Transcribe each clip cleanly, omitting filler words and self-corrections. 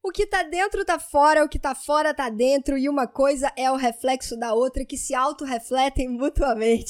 O que tá dentro tá fora, o que tá fora tá dentro, e uma coisa é o reflexo da outra que se autorrefletem mutuamente.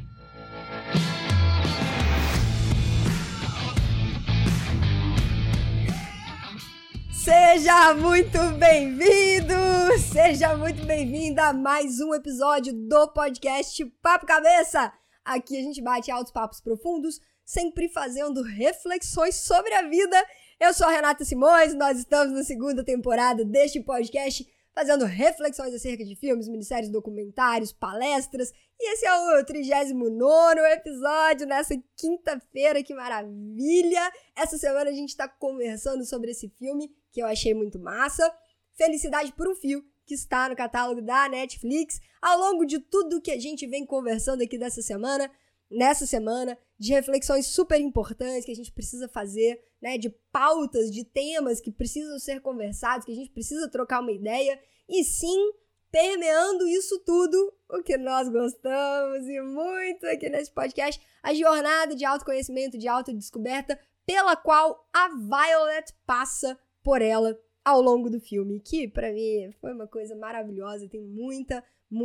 Seja muito bem-vindo, seja muito bem-vinda a mais um episódio do podcast Papo Cabeça. Aqui a gente bate altos papos profundos, sempre fazendo reflexões sobre a vida. Eu sou a Renata Simões, nós estamos na segunda temporada deste podcast, fazendo reflexões acerca de filmes, minisséries, documentários, palestras. E esse é o 39º episódio, nessa quinta-feira, que maravilha! Essa semana a gente está conversando sobre esse filme, que eu achei muito massa, Felicidade por um Fio, que está no catálogo da Netflix. Ao longo de tudo que a gente vem conversando aqui nessa semana, de reflexões super importantes que a gente precisa fazer, né, de pautas, de temas que precisam ser conversados, que a gente precisa trocar uma ideia, e sim, permeando isso tudo, o que nós gostamos e muito aqui nesse podcast, a jornada de autoconhecimento, de autodescoberta, pela qual a Violet passa por ela ao longo do filme, que pra mim foi uma coisa maravilhosa, tem muito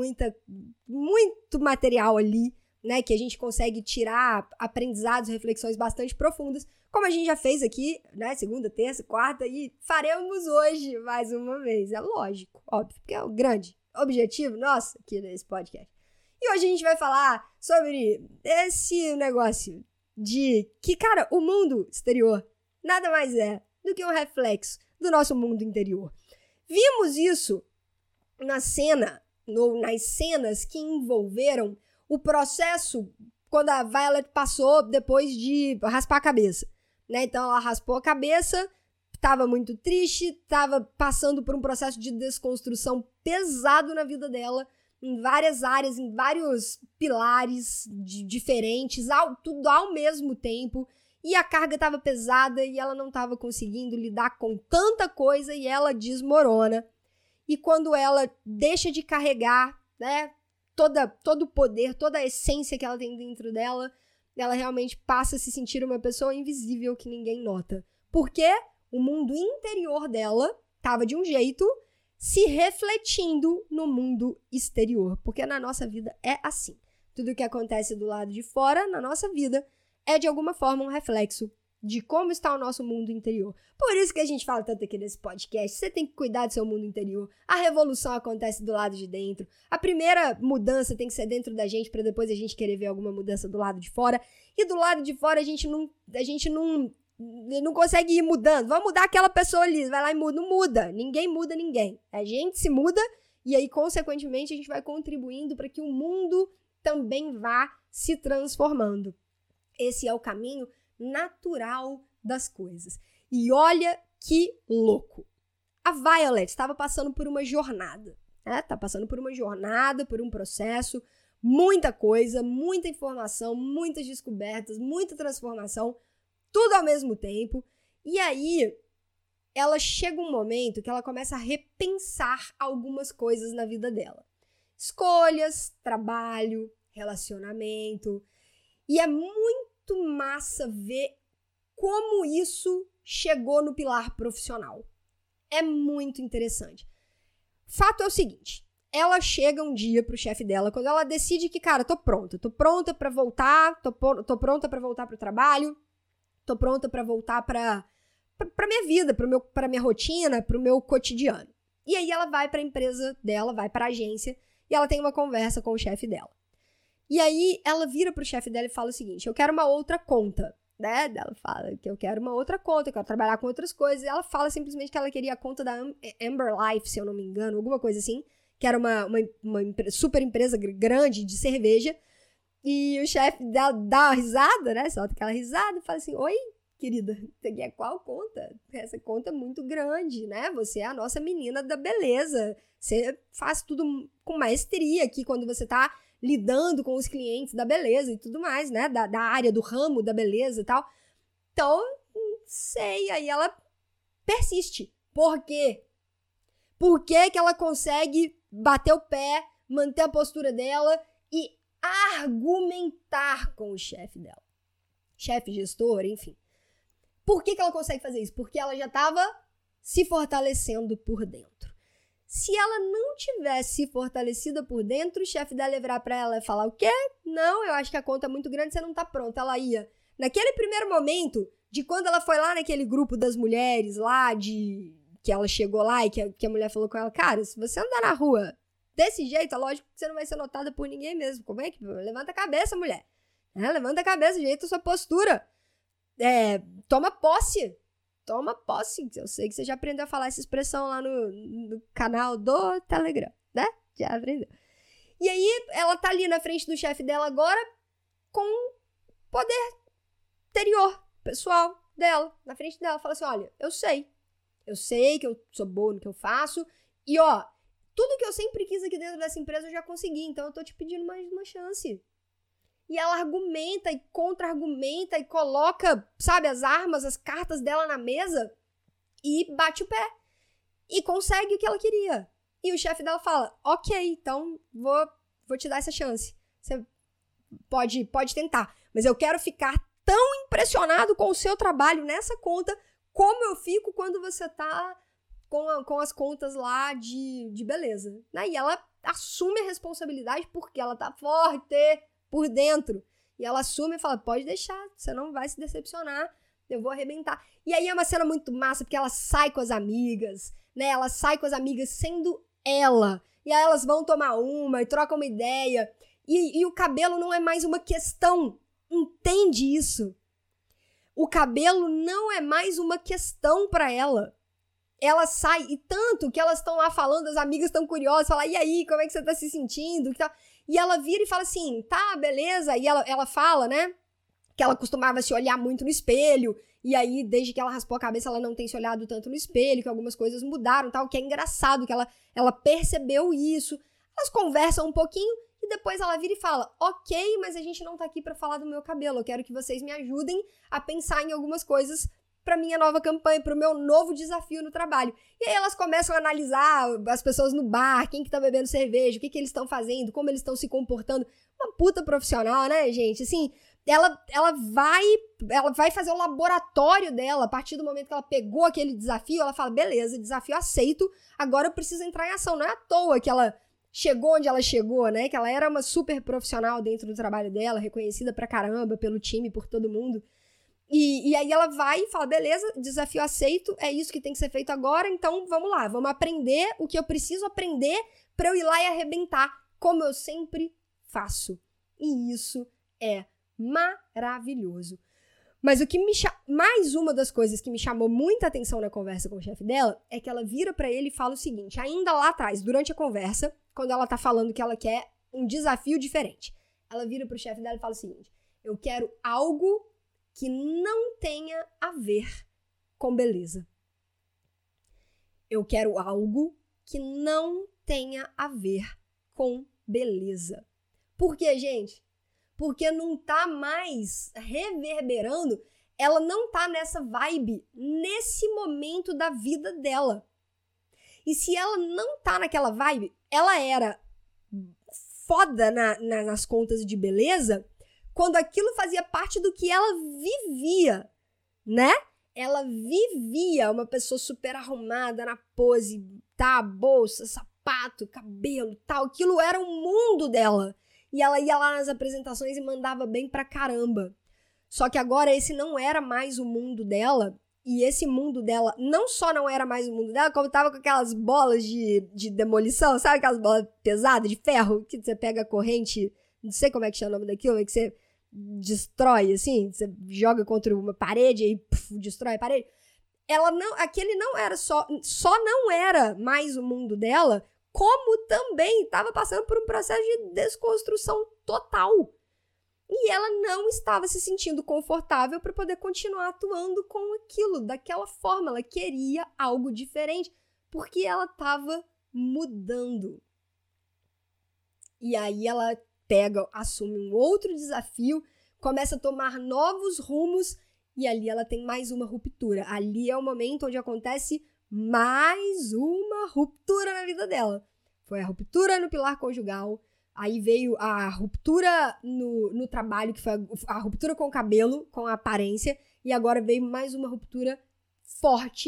material ali, né, que a gente consegue tirar aprendizados, reflexões bastante profundas, como a gente já fez aqui, né, segunda, terça, quarta, e faremos hoje mais uma vez, é lógico, óbvio, porque é o grande objetivo nosso aqui nesse podcast. E hoje a gente vai falar sobre esse negócio de que, cara, o mundo exterior nada mais é do que um reflexo do nosso mundo interior. Vimos isso nas cenas que envolveram o processo quando a Violet passou depois de raspar a cabeça, né? Então ela raspou a cabeça, estava muito triste, estava passando por um processo de desconstrução pesado na vida dela, em várias áreas, em vários pilares diferentes, tudo ao mesmo tempo. E a carga estava pesada e ela não estava conseguindo lidar com tanta coisa e ela desmorona. E quando ela deixa de carregar, né, todo o poder, toda a essência que ela tem dentro dela, ela realmente passa a se sentir uma pessoa invisível que ninguém nota. Porque o mundo interior dela estava de um jeito, se refletindo no mundo exterior. Porque na nossa vida é assim. Tudo que acontece do lado de fora, na nossa vida, é de alguma forma um reflexo de como está o nosso mundo interior. Por isso que a gente fala tanto aqui nesse podcast, você tem que cuidar do seu mundo interior. A revolução acontece do lado de dentro. A primeira mudança tem que ser dentro da gente, para depois a gente querer ver alguma mudança do lado de fora. E do lado de fora a gente não consegue ir mudando. Vamos mudar aquela pessoa ali, vai lá e muda. Não muda, ninguém muda ninguém. A gente se muda e aí, consequentemente, a gente vai contribuindo para que o mundo também vá se transformando. Esse é o caminho natural das coisas. E olha que louco. A Violet estava passando por uma jornada, né? Tá passando por uma jornada, por um processo, muita coisa, muita informação, muitas descobertas, muita transformação, tudo ao mesmo tempo. E aí, ela chega um momento que ela começa a repensar algumas coisas na vida dela. Escolhas, trabalho, relacionamento. E é muito massa ver como isso chegou no pilar profissional. É muito interessante. Fato é o seguinte, ela chega um dia pro chefe dela, quando ela decide que, cara, tô pronta pra voltar, tô pronta pra voltar pro trabalho, tô pronta pra voltar pra minha vida, pra minha rotina, pro meu cotidiano. E aí ela vai pra empresa dela, vai pra agência, e ela tem uma conversa com o chefe dela. E aí, ela vira pro chefe dela e fala o seguinte, eu quero uma outra conta, né? Ela fala que eu quero uma outra conta, eu quero trabalhar com outras coisas. E ela fala simplesmente que ela queria a conta da Amber Life, se eu não me engano, alguma coisa assim, que era uma super empresa grande de cerveja. E o chefe dela dá uma risada, né? Solta aquela risada e fala assim, oi, querida, você quer qual conta? Essa conta é muito grande, né? Você é a nossa menina da beleza. Você faz tudo com maestria aqui quando você tá lidando com os clientes da beleza e tudo mais, né? Da área, do ramo da beleza e tal. Então, sei. Aí ela persiste. Por quê? Por que ela consegue bater o pé, manter a postura dela e argumentar com o chefe dela? Chefe, gestor, enfim. Por que ela consegue fazer isso? Porque ela já estava se fortalecendo por dentro. Se ela não tivesse fortalecida por dentro, o chefe dela ia virar pra ela e falar o quê? Não, eu acho que a conta é muito grande, você não tá pronta. Ela ia, naquele primeiro momento, de quando ela foi lá naquele grupo das mulheres lá, que ela chegou lá e que a mulher falou com ela, cara, se você andar na rua desse jeito, é lógico que você não vai ser notada por ninguém mesmo. Como é que... Levanta a cabeça, mulher. Levanta a cabeça, ajeita a sua postura. Toma posse. Toma posse. Eu sei que você já aprendeu a falar essa expressão lá no canal do Telegram, né? Já aprendeu. E aí, ela tá ali na frente do chefe dela agora com poder interior, pessoal dela, na frente dela. Fala assim, olha, eu sei que eu sou boa no que eu faço e, ó, tudo que eu sempre quis aqui dentro dessa empresa eu já consegui, então eu tô te pedindo mais uma chance. E ela argumenta e contra-argumenta e coloca, sabe, as armas, as cartas dela na mesa e bate o pé. E consegue o que ela queria. E o chefe dela fala, ok, então vou te dar essa chance. Você pode tentar, mas eu quero ficar tão impressionado com o seu trabalho nessa conta como eu fico quando você tá com as contas lá de beleza. E ela assume a responsabilidade porque ela tá forte por dentro. E ela assume e fala, pode deixar, você não vai se decepcionar, eu vou arrebentar. E aí é uma cena muito massa, porque ela sai com as amigas, né? Ela sai com as amigas sendo ela. E aí elas vão tomar uma e trocam uma ideia. E o cabelo não é mais uma questão. Entende isso? O cabelo não é mais uma questão pra ela. Ela sai, e tanto que elas estão lá falando, as amigas estão curiosas, falam, e aí, como é que você tá se sentindo? E ela vira e fala assim, tá, beleza. E ela fala, né, que ela costumava se olhar muito no espelho, e aí, desde que ela raspou a cabeça, ela não tem se olhado tanto no espelho, que algumas coisas mudaram, tal, que é engraçado, que ela percebeu isso. Elas conversam um pouquinho, e depois ela vira e fala, ok, mas a gente não tá aqui pra falar do meu cabelo, eu quero que vocês me ajudem a pensar em algumas coisas pra minha nova campanha, pro meu novo desafio no trabalho. E aí elas começam a analisar as pessoas no bar, quem que tá bebendo cerveja, o que eles estão fazendo, como eles estão se comportando. Uma puta profissional, né, gente? Assim, ela vai fazer o laboratório dela, a partir do momento que ela pegou aquele desafio, ela fala, beleza, desafio aceito, agora eu preciso entrar em ação. Não é à toa que ela chegou onde ela chegou, né? Que ela era uma super profissional dentro do trabalho dela, reconhecida pra caramba pelo time, por todo mundo. E aí ela vai e fala, beleza, desafio aceito, é isso que tem que ser feito agora, então vamos lá, vamos aprender o que eu preciso aprender pra eu ir lá e arrebentar, como eu sempre faço. E isso é maravilhoso. Mas mais uma das coisas que me chamou muita atenção na conversa com o chefe dela é que ela vira pra ele e fala o seguinte, ainda lá atrás, durante a conversa, quando ela tá falando que ela quer um desafio diferente, ela vira pro chefe dela e fala o seguinte, eu quero algo que não tenha a ver com beleza. Eu quero algo que não tenha a ver com beleza. Por quê, gente? Porque não tá mais reverberando, ela não tá nessa vibe nesse momento da vida dela. E se ela não tá naquela vibe, ela era foda nas contas de beleza quando aquilo fazia parte do que ela vivia, né? Ela vivia uma pessoa super arrumada na pose, tá? Bolsa, sapato, cabelo, tal. Aquilo era o mundo dela. E ela ia lá nas apresentações e mandava bem pra caramba. Só que agora esse não era mais o mundo dela. E esse mundo dela não só não era mais o mundo dela, como tava com aquelas bolas de demolição, sabe aquelas bolas pesadas de ferro que você pega a corrente, não sei como é que chama o nome daquilo, é que você destrói, assim, você joga contra uma parede e destrói a parede. Aquele não era só não era mais o mundo dela, como também estava passando por um processo de desconstrução total. E ela não estava se sentindo confortável para poder continuar atuando com aquilo, daquela forma. Ela queria algo diferente, porque ela estava mudando. E aí ela assume um outro desafio, começa a tomar novos rumos, e ali ela tem mais uma ruptura. Ali é o momento onde acontece mais uma ruptura na vida dela. Foi a ruptura no pilar conjugal, aí veio a ruptura no trabalho, que foi a ruptura com o cabelo, com a aparência, e agora veio mais uma ruptura forte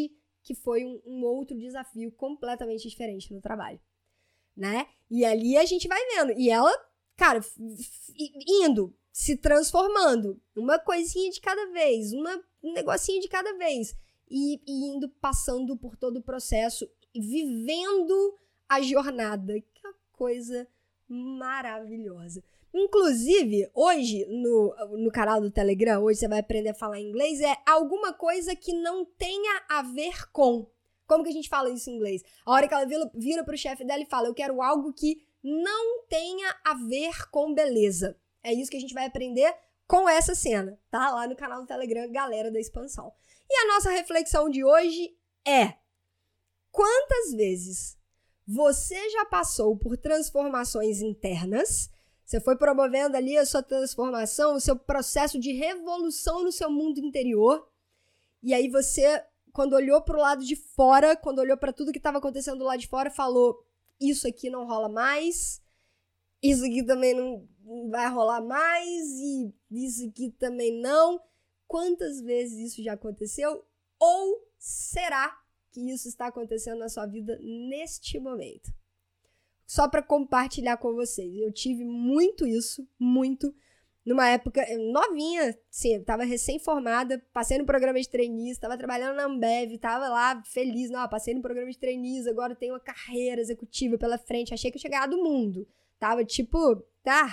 que foi um outro desafio completamente diferente no trabalho, né? E ali a gente vai vendo. E ela, cara, indo, se transformando, uma coisinha de cada vez, um negocinho de cada vez, e indo, passando por todo o processo, vivendo a jornada, que é uma coisa maravilhosa. Inclusive, hoje, no canal do Telegram, hoje você vai aprender a falar inglês, é alguma coisa que não tenha a ver com. Como que a gente fala isso em inglês? A hora que ela vira pro chefe dela e fala, eu quero algo que não tenha a ver com beleza. É isso que a gente vai aprender com essa cena, tá? Lá no canal do Telegram, Galera da Expansão. E a nossa reflexão de hoje é: quantas vezes você já passou por transformações internas? Você foi promovendo ali a sua transformação, o seu processo de revolução no seu mundo interior. E aí você, quando olhou para o lado de fora, quando olhou para tudo que estava acontecendo lá de fora, falou, isso aqui não rola mais, isso aqui também não vai rolar mais, e isso aqui também não. Quantas vezes isso já aconteceu? Ou será que isso está acontecendo na sua vida neste momento? Só para compartilhar com vocês, eu tive muito isso, muito, numa época novinha, sim, eu tava recém-formada, passei no programa de trainees, tava trabalhando na Ambev, tava lá feliz, não, passei no programa de trainees, agora tenho uma carreira executiva pela frente, achei que eu chegava do mundo, tava tipo,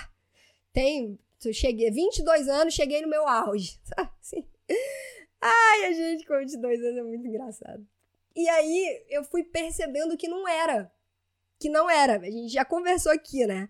cheguei, 22 anos, cheguei no meu auge, sabe assim? Ai, a gente com 22 anos é muito engraçado. E aí, eu fui percebendo que não era, a gente já conversou aqui, né?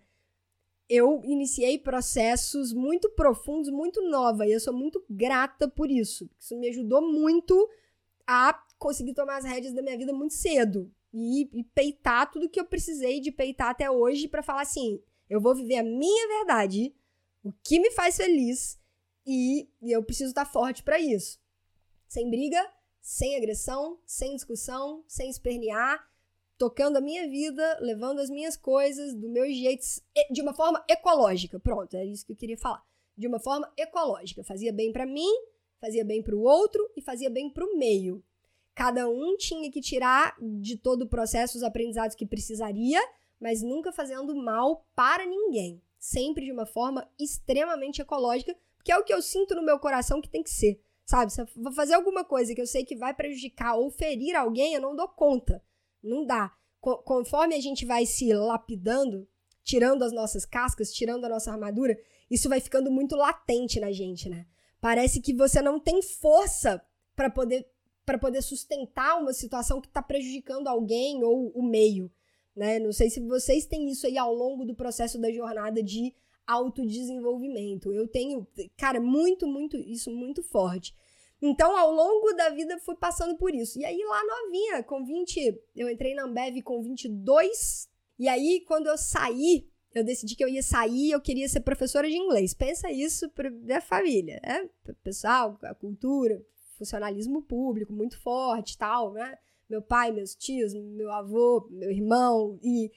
Eu iniciei processos muito profundos, muito novos, e eu sou muito grata por isso. Isso me ajudou muito a conseguir tomar as rédeas da minha vida muito cedo e peitar tudo que eu precisei de peitar até hoje para falar assim, eu vou viver a minha verdade, o que me faz feliz, e eu preciso estar forte para isso. Sem briga, sem agressão, sem discussão, sem espernear, tocando a minha vida, levando as minhas coisas do meu jeito, de uma forma ecológica. Pronto, é isso que eu queria falar. De uma forma ecológica. Fazia bem pra mim, fazia bem pro outro e fazia bem pro meio. Cada um tinha que tirar de todo o processo os aprendizados que precisaria, mas nunca fazendo mal para ninguém. Sempre de uma forma extremamente ecológica, porque é o que eu sinto no meu coração que tem que ser. Sabe, se eu vou fazer alguma coisa que eu sei que vai prejudicar ou ferir alguém, eu não dou conta. Não dá. Conforme a gente vai se lapidando, tirando as nossas cascas, tirando a nossa armadura, isso vai ficando muito latente na gente, né? Parece que você não tem força para poder sustentar uma situação que está prejudicando alguém ou o meio, né? Não sei se vocês têm isso aí ao longo do processo da jornada de autodesenvolvimento. Eu tenho, cara, isso muito forte. Então, ao longo da vida, fui passando por isso. E aí, lá novinha, com 20... Eu entrei na Ambev com 22. E aí, quando eu saí, eu decidi que eu ia sair, eu queria ser professora de inglês. Pensa isso pra minha família, né? Pessoal, a cultura, funcionalismo público muito forte e tal, né? Meu pai, meus tios, meu avô, meu irmão. E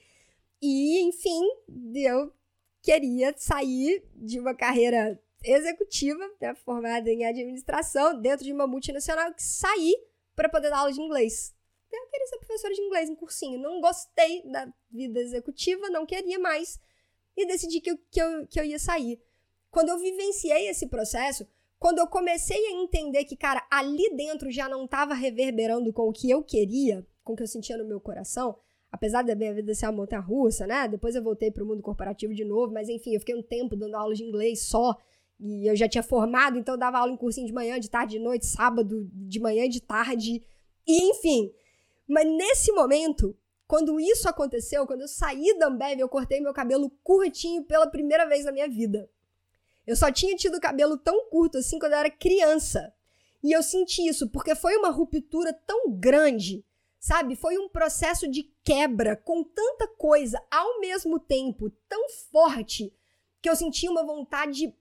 enfim, eu queria sair de uma carreira executiva, né, formada em administração, dentro de uma multinacional, que saí para poder dar aula de inglês. Eu queria ser professora de inglês, um cursinho. Não gostei da vida executiva, não queria mais. E decidi que eu ia sair. Quando eu vivenciei esse processo, quando eu comecei a entender que, cara, ali dentro já não estava reverberando com o que eu queria, com o que eu sentia no meu coração, apesar da minha vida ser uma montanha-russa, né? Depois eu voltei para o mundo corporativo de novo, mas enfim, eu fiquei um tempo dando aula de inglês só. E eu já tinha formado, então eu dava aula em cursinho de manhã, de tarde, de noite, sábado, de manhã e de tarde. E enfim. Mas nesse momento, quando isso aconteceu, quando eu saí da Ambev, eu cortei meu cabelo curtinho pela primeira vez na minha vida. Eu só tinha tido cabelo tão curto assim quando eu era criança. E eu senti isso, porque foi uma ruptura tão grande, sabe? Foi um processo de quebra com tanta coisa ao mesmo tempo, tão forte, que eu senti uma vontade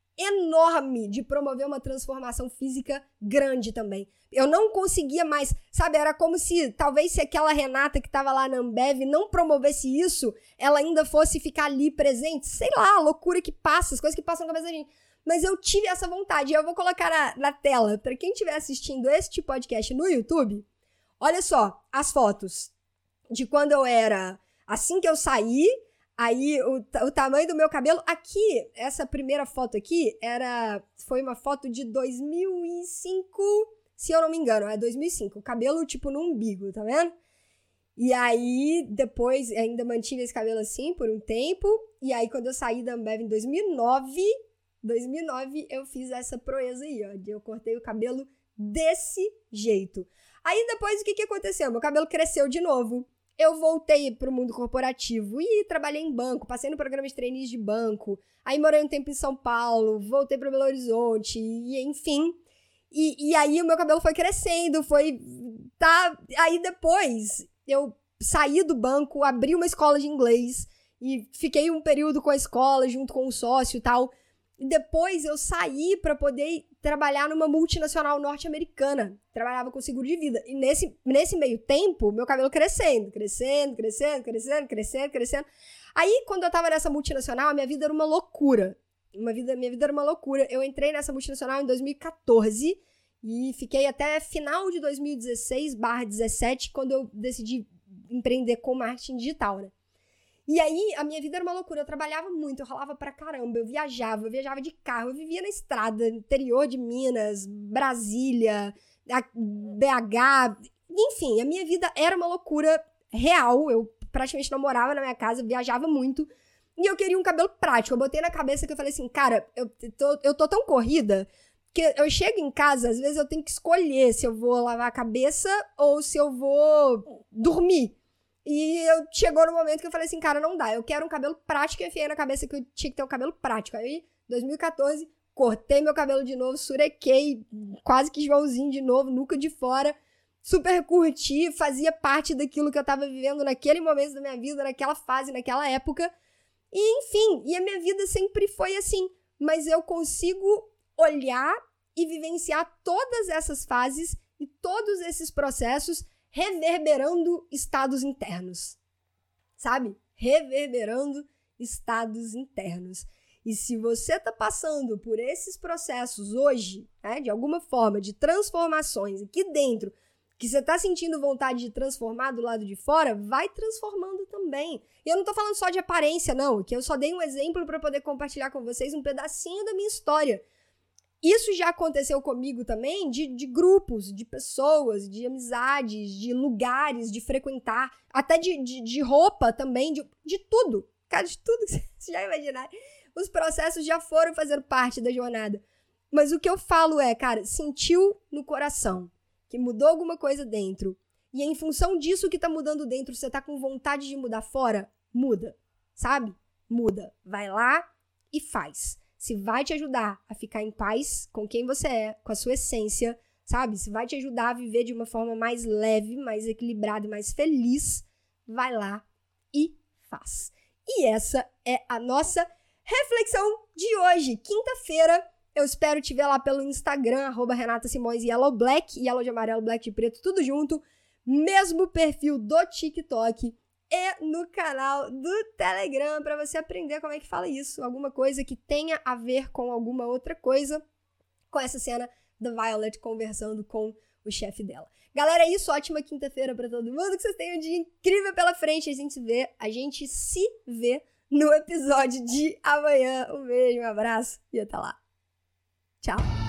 enorme de promover uma transformação física grande também. Eu não conseguia mais, sabe, era como se, talvez se aquela Renata que estava lá na Ambev não promovesse isso, ela ainda fosse ficar ali presente, sei lá, a loucura que passa, as coisas que passam na cabeça da gente. Mas eu tive essa vontade, e eu vou colocar na tela, para quem estiver assistindo este podcast no YouTube, Olha só, as fotos de quando eu era, assim que eu saí, aí o tamanho do meu cabelo. Aqui, essa primeira foto aqui, foi uma foto de 2005, se eu não me engano, é 2005. O cabelo, tipo, no umbigo, tá vendo? E aí, depois, ainda mantive esse cabelo assim por um tempo. E aí, quando eu saí da Ambev em 2009, eu fiz essa proeza aí, ó. Eu cortei o cabelo desse jeito. Aí, depois, o que aconteceu? Meu cabelo cresceu de novo. Eu voltei pro mundo corporativo e trabalhei em banco, passei no programa de trainees de banco. Aí, morei um tempo em São Paulo, voltei para Belo Horizonte, e enfim. E aí, o meu cabelo foi crescendo, Aí, depois, eu saí do banco, abri uma escola de inglês e fiquei um período com a escola, junto com um sócio e tal. E depois eu saí para poder trabalhar numa multinacional norte-americana. Trabalhava com seguro de vida. E nesse meio tempo, meu cabelo crescendo. Aí, quando eu tava nessa multinacional, a minha vida era uma loucura. Minha vida era uma loucura. Eu entrei nessa multinacional em 2014 e fiquei até final de 2016/17, quando eu decidi empreender com marketing digital, né? E aí, a minha vida era uma loucura. Eu trabalhava muito, eu ralava pra caramba, eu viajava de carro, eu vivia na estrada, interior de Minas, Brasília, BH, enfim, a minha vida era uma loucura real. Eu praticamente não morava na minha casa, eu viajava muito, e eu queria um cabelo prático. Eu botei na cabeça que eu falei assim, cara, eu tô tão corrida que eu chego em casa, às vezes eu tenho que escolher se eu vou lavar a cabeça ou se eu vou dormir. E chegou no momento que eu falei assim, cara, não dá, eu quero um cabelo prático. E enfiei na cabeça que eu tinha que ter um cabelo prático. Aí, 2014, cortei meu cabelo de novo, surequei, quase que Joãozinho de novo, nuca de fora, super curti, fazia parte daquilo que eu tava vivendo naquele momento da minha vida, naquela fase, naquela época. E, enfim, e a minha vida sempre foi assim, mas eu consigo olhar e vivenciar todas essas fases e todos esses processos reverberando estados internos, sabe? Reverberando estados internos. E se você tá passando por esses processos hoje, né, de alguma forma, de transformações aqui dentro, que você tá sentindo vontade de transformar do lado de fora, vai transformando também. E eu não tô falando só de aparência, não, que eu só dei um exemplo para poder compartilhar com vocês um pedacinho da minha história. Isso já aconteceu comigo também, de grupos, de pessoas, de amizades, de lugares, de frequentar, até de roupa também, de tudo. Cara, de tudo que vocês já imaginaram. Os processos já foram fazendo parte da jornada. Mas o que eu falo é, cara, sentiu no coração que mudou alguma coisa dentro, e em função disso que tá mudando dentro, você tá com vontade de mudar fora, muda, sabe? Muda. Vai lá e faz. Se vai te ajudar a ficar em paz com quem você é, com a sua essência, sabe? Se vai te ajudar a viver de uma forma mais leve, mais equilibrada e mais feliz, vai lá e faz. E essa é a nossa reflexão de hoje, quinta-feira. Eu espero te ver lá pelo Instagram, @RenataSimões, YellowBlack, Yellow de amarelo, Black de preto, tudo junto. Mesmo perfil do TikTok. E no canal do Telegram, para você aprender como é que fala isso. Alguma coisa que tenha a ver com alguma outra coisa, com essa cena da Violet conversando com o chefe dela. Galera, é isso. Ótima quinta-feira para todo mundo. Que vocês tenham um dia incrível pela frente. A gente se vê no episódio de amanhã. Um beijo, um abraço e até lá. Tchau.